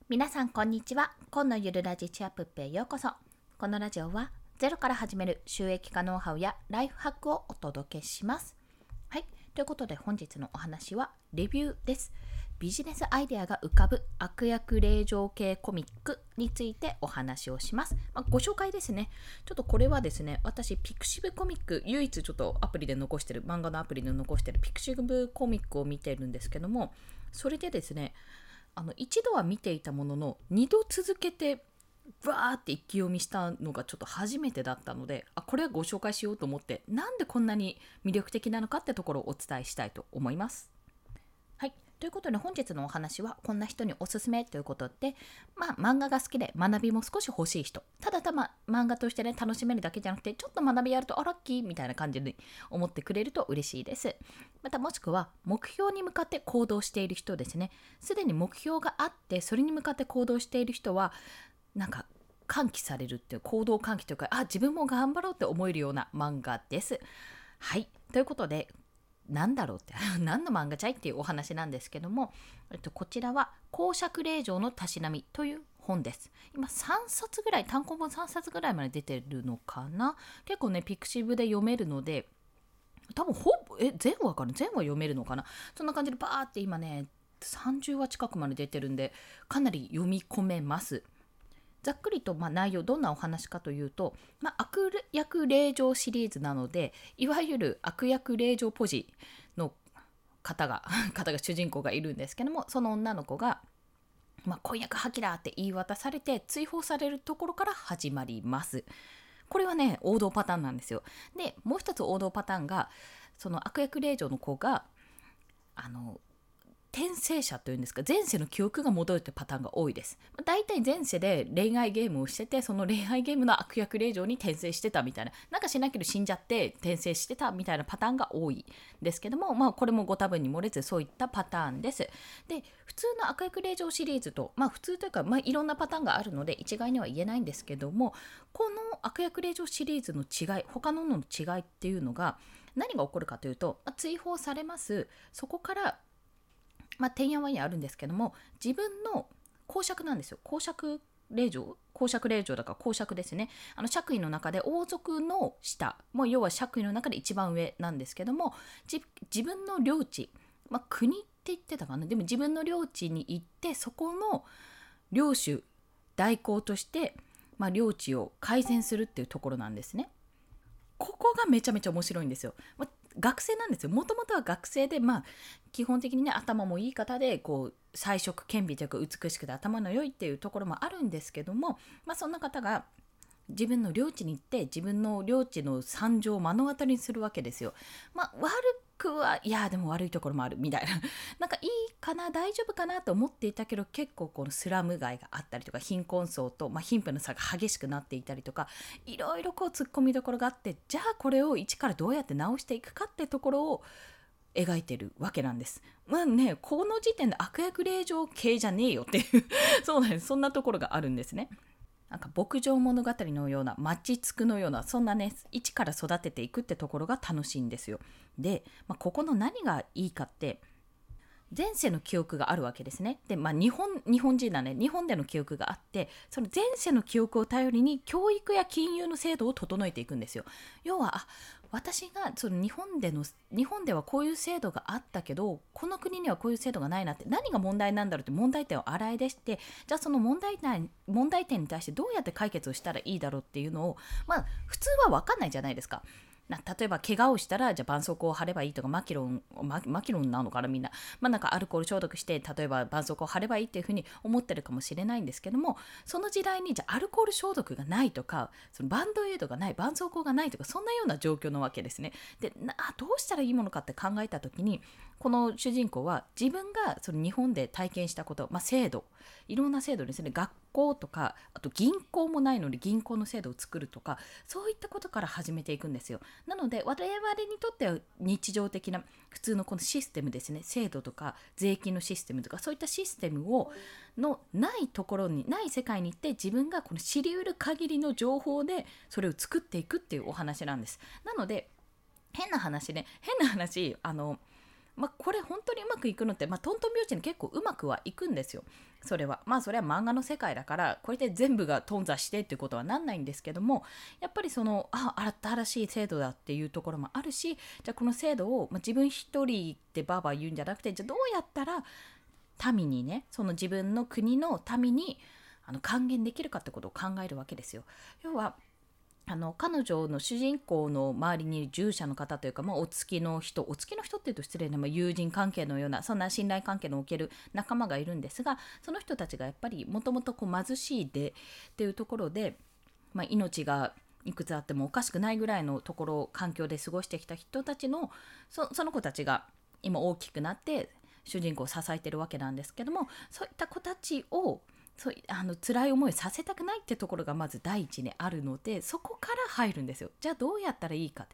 皆さんこんにちは。今のゆるラジチアップッペへようこそ。このラジオはゼロから始める収益化ノウハウやライフハックをお届けします。はい、ということで本日のお話はレビューです。ビジネスアイデアが浮かぶ悪役令嬢系コミックについてお話をします。ご紹介ですね。ちょっとこれはですね、私ピクシブコミック、唯一ちょっとアプリで残してる、漫画のアプリで残してるピクシブコミックを見てるんですけども、それでですね、一度は見ていたものの二度続けてバーって一気読みしたのがちょっと初めてだったので、これはご紹介しようと思って、なんでこんなに魅力的なのかってところをお伝えしたいと思います。はい、ということで本日のお話はこんな人におすすめということで、漫画が好きで学びも少し欲しい人、ただ漫画としてね楽しめるだけじゃなくて、ちょっと学びやるとラッキーみたいな感じに思ってくれると嬉しいです。またもしくは目標に向かって行動している人ですね。すでに目標があってそれに向かって行動している人はなんか喚起されるっていう、行動喚起というか、自分も頑張ろうって思えるような漫画です。はい、ということでなんだろうって何の漫画ちゃいっていうお話なんですけども、こちらは公爵令嬢のたしなみという本です。今3冊ぐらい、単行本3冊ぐらいまで出てるのかな。結構ねピクシブで読めるので、多分全話かな、全話読めるのかな。そんな感じでバーって今ね30話近くまで出てるんで、かなり読み込めます。ざっくりと内容、どんなお話かというと、悪役令嬢シリーズなので、いわゆる悪役令嬢ポジの方が主人公がいるんですけども、その女の子が、婚約破棄だって言い渡されて追放されるところから始まります。これはね王道パターンなんですよ。でもう一つ王道パターンが、その悪役令嬢の子が転生者というんですか、前世の記憶が戻るというパターンが多いです。だいたい前世で恋愛ゲームをしてて、その恋愛ゲームの悪役令嬢に転生してたみたいな、なんかしなければ死んじゃって転生してたみたいなパターンが多いですけども、これもご多分に漏れずそういったパターンです。で普通の悪役令嬢シリーズと、普通というか、いろんなパターンがあるので一概には言えないんですけども、この悪役令嬢シリーズの違い、他のの違いっていうのが何が起こるかというと、追放されます。そこからてんやわんやあるんですけども、自分の公爵なんですよ。公爵令嬢だから公爵ですね。爵位の中で王族の下、要は爵位の中で一番上なんですけども、自分の領地、国って言ってたかな、でも自分の領地に行って、そこの領主代行として、領地を改善するっていうところなんですね。ここがめちゃめちゃ面白いんですよ。学生なんですよ。もともとは学生で、基本的にね頭もいい方で、才色兼備というか美しくて頭の良いっていうところもあるんですけども、そんな方が自分の領地に行って自分の領地の惨状を目の当たりにするわけですよ。悪くはいやでも悪いところもあるみたいななんかいいかな大丈夫かなと思っていたけど、結構このスラム街があったりとか、貧困層と、貧富の差が激しくなっていたりとか、いろいろ突っ込みどころがあって、じゃあこれを一からどうやって直していくかってところを描いてるわけなんです。この時点で悪役令嬢系じゃねえよっていうそうなんです。そんなところがあるんですね。なんか牧場物語のような、町つくのような、そんなね一から育てていくってところが楽しいんですよ。で、ここの何がいいかって、前世の記憶があるわけですね。で、日本人だね、日本での記憶があって、その前世の記憶を頼りに教育や金融の制度を整えていくんですよ。要は私がその日本ではこういう制度があったけど、この国にはこういう制度がないなって、何が問題なんだろうって問題点を洗い出して、じゃあその問題点に対してどうやって解決をしたらいいだろうっていうのを、普通は分かんないじゃないですか。例えば怪我をしたらじゃあ絆創膏を貼ればいいとか、マキロンなのかなみんな、なんかアルコール消毒して例えば絆創膏を貼ればいいっていうふうに思ってるかもしれないんですけども、その時代にじゃあアルコール消毒がないとか、そのバンドエイドがない、絆創膏がないとか、そんなような状況なわけですね。でどうしたらいいものかって考えた時に、この主人公は自分がその日本で体験したこと、制度、いろんな制度ですね、学校とか、あと銀行もないので銀行の制度を作るとか、そういったことから始めていくんですよ。なので我々にとっては日常的な普通のこのシステムですね、制度とか税金のシステムとか、そういったシステムをのないところに、ない世界に行って、自分がこの知り得る限りの情報でそれを作っていくっていうお話なんです。なので変な話これ本当にうまくいくのって、トントン拍子に結構うまくはいくんですよ。それはそれは漫画の世界だからこれで全部が頓挫してっていうことはなんないんですけども、やっぱり新しい制度だっていうところもあるし、じゃあこの制度を、自分一人でバーバー言うんじゃなくて、じゃあどうやったら民にね、その自分の国の民に還元できるかってことを考えるわけですよ。要は彼女の主人公の周りにいる従者の方というか、お付きの人っていうと失礼な、友人関係のようなそんな信頼関係のおける仲間がいるんですが、その人たちがやっぱりもともと貧しいでっていうところで、命がいくつあってもおかしくないぐらいのところ環境で過ごしてきた人たちのその子たちが今大きくなって主人公を支えてるわけなんですけども、そういった子たちを辛い思いをさせたくないってところがまず第一にあるので、そこから入るんですよ。じゃあどうやったらいいかって、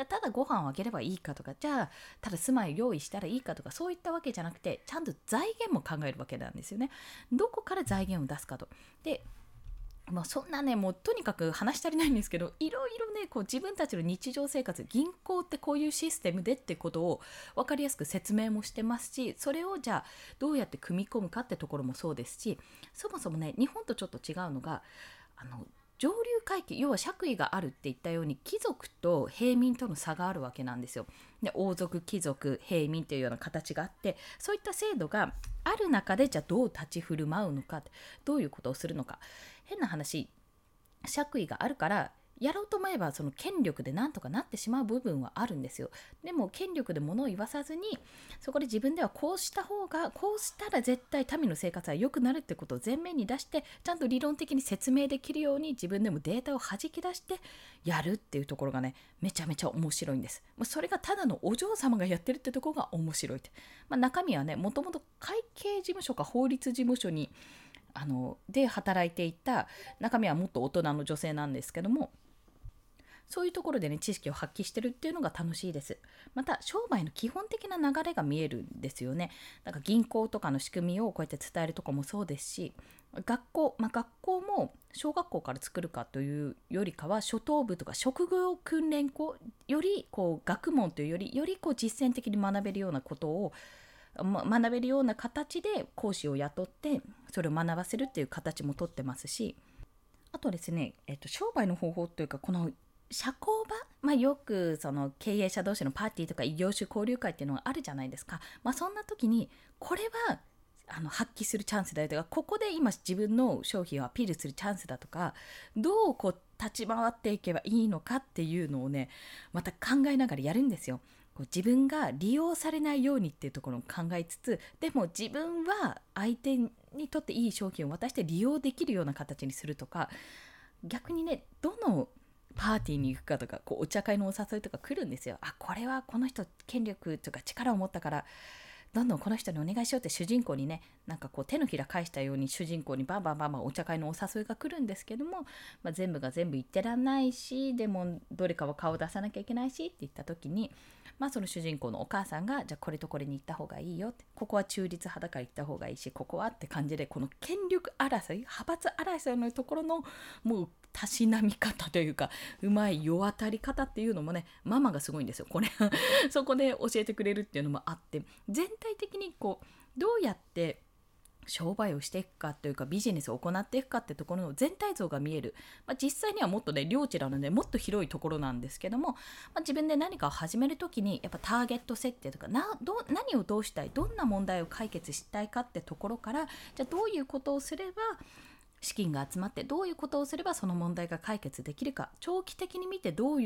ただご飯をあげればいいかとか、じゃあただ住まいを用意したらいいかとか、そういったわけじゃなくて、ちゃんと財源も考えるわけなんですよね。どこから財源を出すかと。でそんなね、もうとにかく話し足りないんですけど、いろいろね、自分たちの日常生活、銀行ってこういうシステムでってことを分かりやすく説明もしてますし、それをじゃあどうやって組み込むかってところもそうですし、そもそもね、日本とちょっと違うのが、上流階級、要は爵位があるって言ったように、貴族と平民との差があるわけなんですよ。で、王族、貴族、平民というような形があって、そういった制度がある中で、じゃあどう立ち振る舞うのか、どういうことをするのか。変な話、爵位があるからやろうと思えばその権力でなんとかなってしまう部分はあるんですよ。でも権力で物を言わさずに、そこで自分ではこうした方が、こうしたら絶対民の生活は良くなるってことを前面に出して、ちゃんと理論的に説明できるように自分でもデータを弾き出してやるっていうところがね、めちゃめちゃ面白いんです。それがただのお嬢様がやってるってところが面白いって、中身はね、もともと会計事務所か法律事務所にで働いていた、中身はもっと大人の女性なんですけども、そういうところでね、知識を発揮してるっていうのが楽しいです。また商売の基本的な流れが見えるんですよね。だから銀行とかの仕組みをこうやって伝えるとかもそうですし、学校も小学校から作るかというよりかは、初等部とか職業訓練校より学問というより実践的に学べるようなことを学べるような形で講師を雇ってそれを学ばせるっていう形もとってますし、あとですね、商売の方法というか、この社交場、よくその経営者同士のパーティーとか異業種交流会っていうのがあるじゃないですか。そんな時にこれは発揮するチャンスだよとか、ここで今自分の商品をアピールするチャンスだとか、どう立ち回っていけばいいのかっていうのをね、また考えながらやるんですよ。自分が利用されないようにっていうところを考えつつ、でも自分は相手にとっていい商品を渡して利用できるような形にするとか、逆にね、どのパーティーに行くかとか、お茶会のお誘いとか来るんですよ。これはこの人権力とか力を持ったからどんどんこの人にお願いしようって主人公にね、手のひら返したように主人公にバンバンバンバンお茶会のお誘いが来るんですけども、全部が全部言ってらんないし、でもどれかは顔を出さなきゃいけないしって言った時に、その主人公のお母さんが、じゃあこれとこれに行った方がいいよって、ここは中立派だから行った方がいいし、ここはって感じで、この権力争い、派閥争いのところのもうたしなみ方というか、うまい世渡り方っていうのもね、ママがすごいんですよこれそこで教えてくれるっていうのもあって、全体的にどうやって商売をしていくかというか、ビジネスを行っていくかってところの全体像が見える、実際にはもっとね、領地なのでもっと広いところなんですけども、自分で何かを始めるときにやっぱターゲット設定とか、何をどうしたい、どんな問題を解決したいかってところから、じゃあどういうことをすれば資金が集まって、どういうことをすればその問題が解決できるか、長期的に見てどう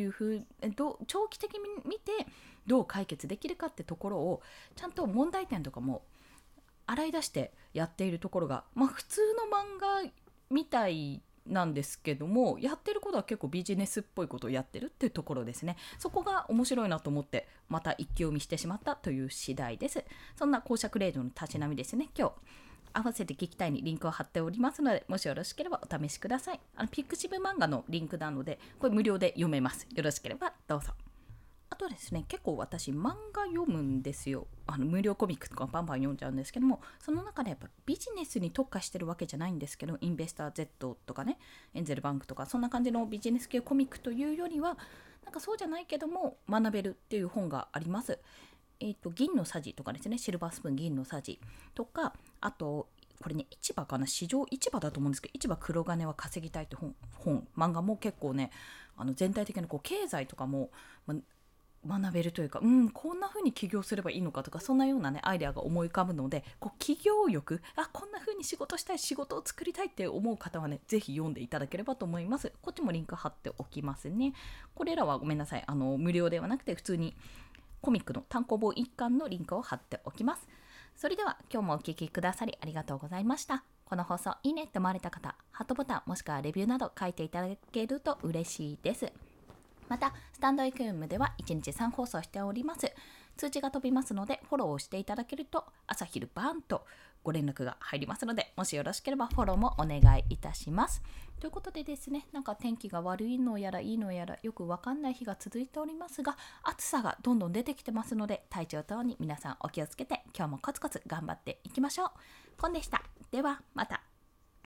解決できるかってところをちゃんと問題点とかも洗い出してやっているところが、普通の漫画みたいなんですけども、やってることは結構ビジネスっぽいことをやってるっていうところですね。そこが面白いなと思ってまた一気読みしてしまったという次第です。そんな公爵令嬢のたしなみですね。今日合わせて聞きたいにリンクを貼っておりますので、もしよろしければお試しください。ピクシブ漫画のリンクなので、これ無料で読めます。よろしければどうぞ。あとですね、結構私漫画読むんですよ。無料コミックとかバンバン読んじゃうんですけども、その中でやっぱビジネスに特化してるわけじゃないんですけど、インベスター Z とかね、エンゼルバンクとか、そんな感じのビジネス系コミックというよりは、そうじゃないけども学べるっていう本があります。 銀のさじとかですね、シルバースプーン銀のさじとか、あとこれね、市場かな、市場市場だと思うんですけど、市場黒金は稼ぎたいって漫画も結構ね、全体的なこう経済とかも、学べるというか、こんな風に起業すればいいのかとか、そんなようなねアイデアが思い浮かぶので、こう起業欲、こんな風に仕事したい、仕事を作りたいって思う方はね、ぜひ読んでいただければと思います。こっちもリンク貼っておきますね。これらはごめんなさい、無料ではなくて普通にコミックの単行本一巻のリンクを貼っておきます。それでは今日もお聞きくださりありがとうございました。この放送いいねって思われた方、ハートボタンもしくはレビューなど書いていただけると嬉しいです。またスタンド FM では1日3放送しております。通知が飛びますのでフォローをしていただけると朝昼晩とご連絡が入りますので、もしよろしければフォローもお願いいたします。ということでですね、なんか天気が悪いのやらいいのやらよくわかんない日が続いておりますが、暑さがどんどん出てきてますので、体調等に皆さんお気をつけて今日もコツコツ頑張っていきましょう。コンでした。ではまた。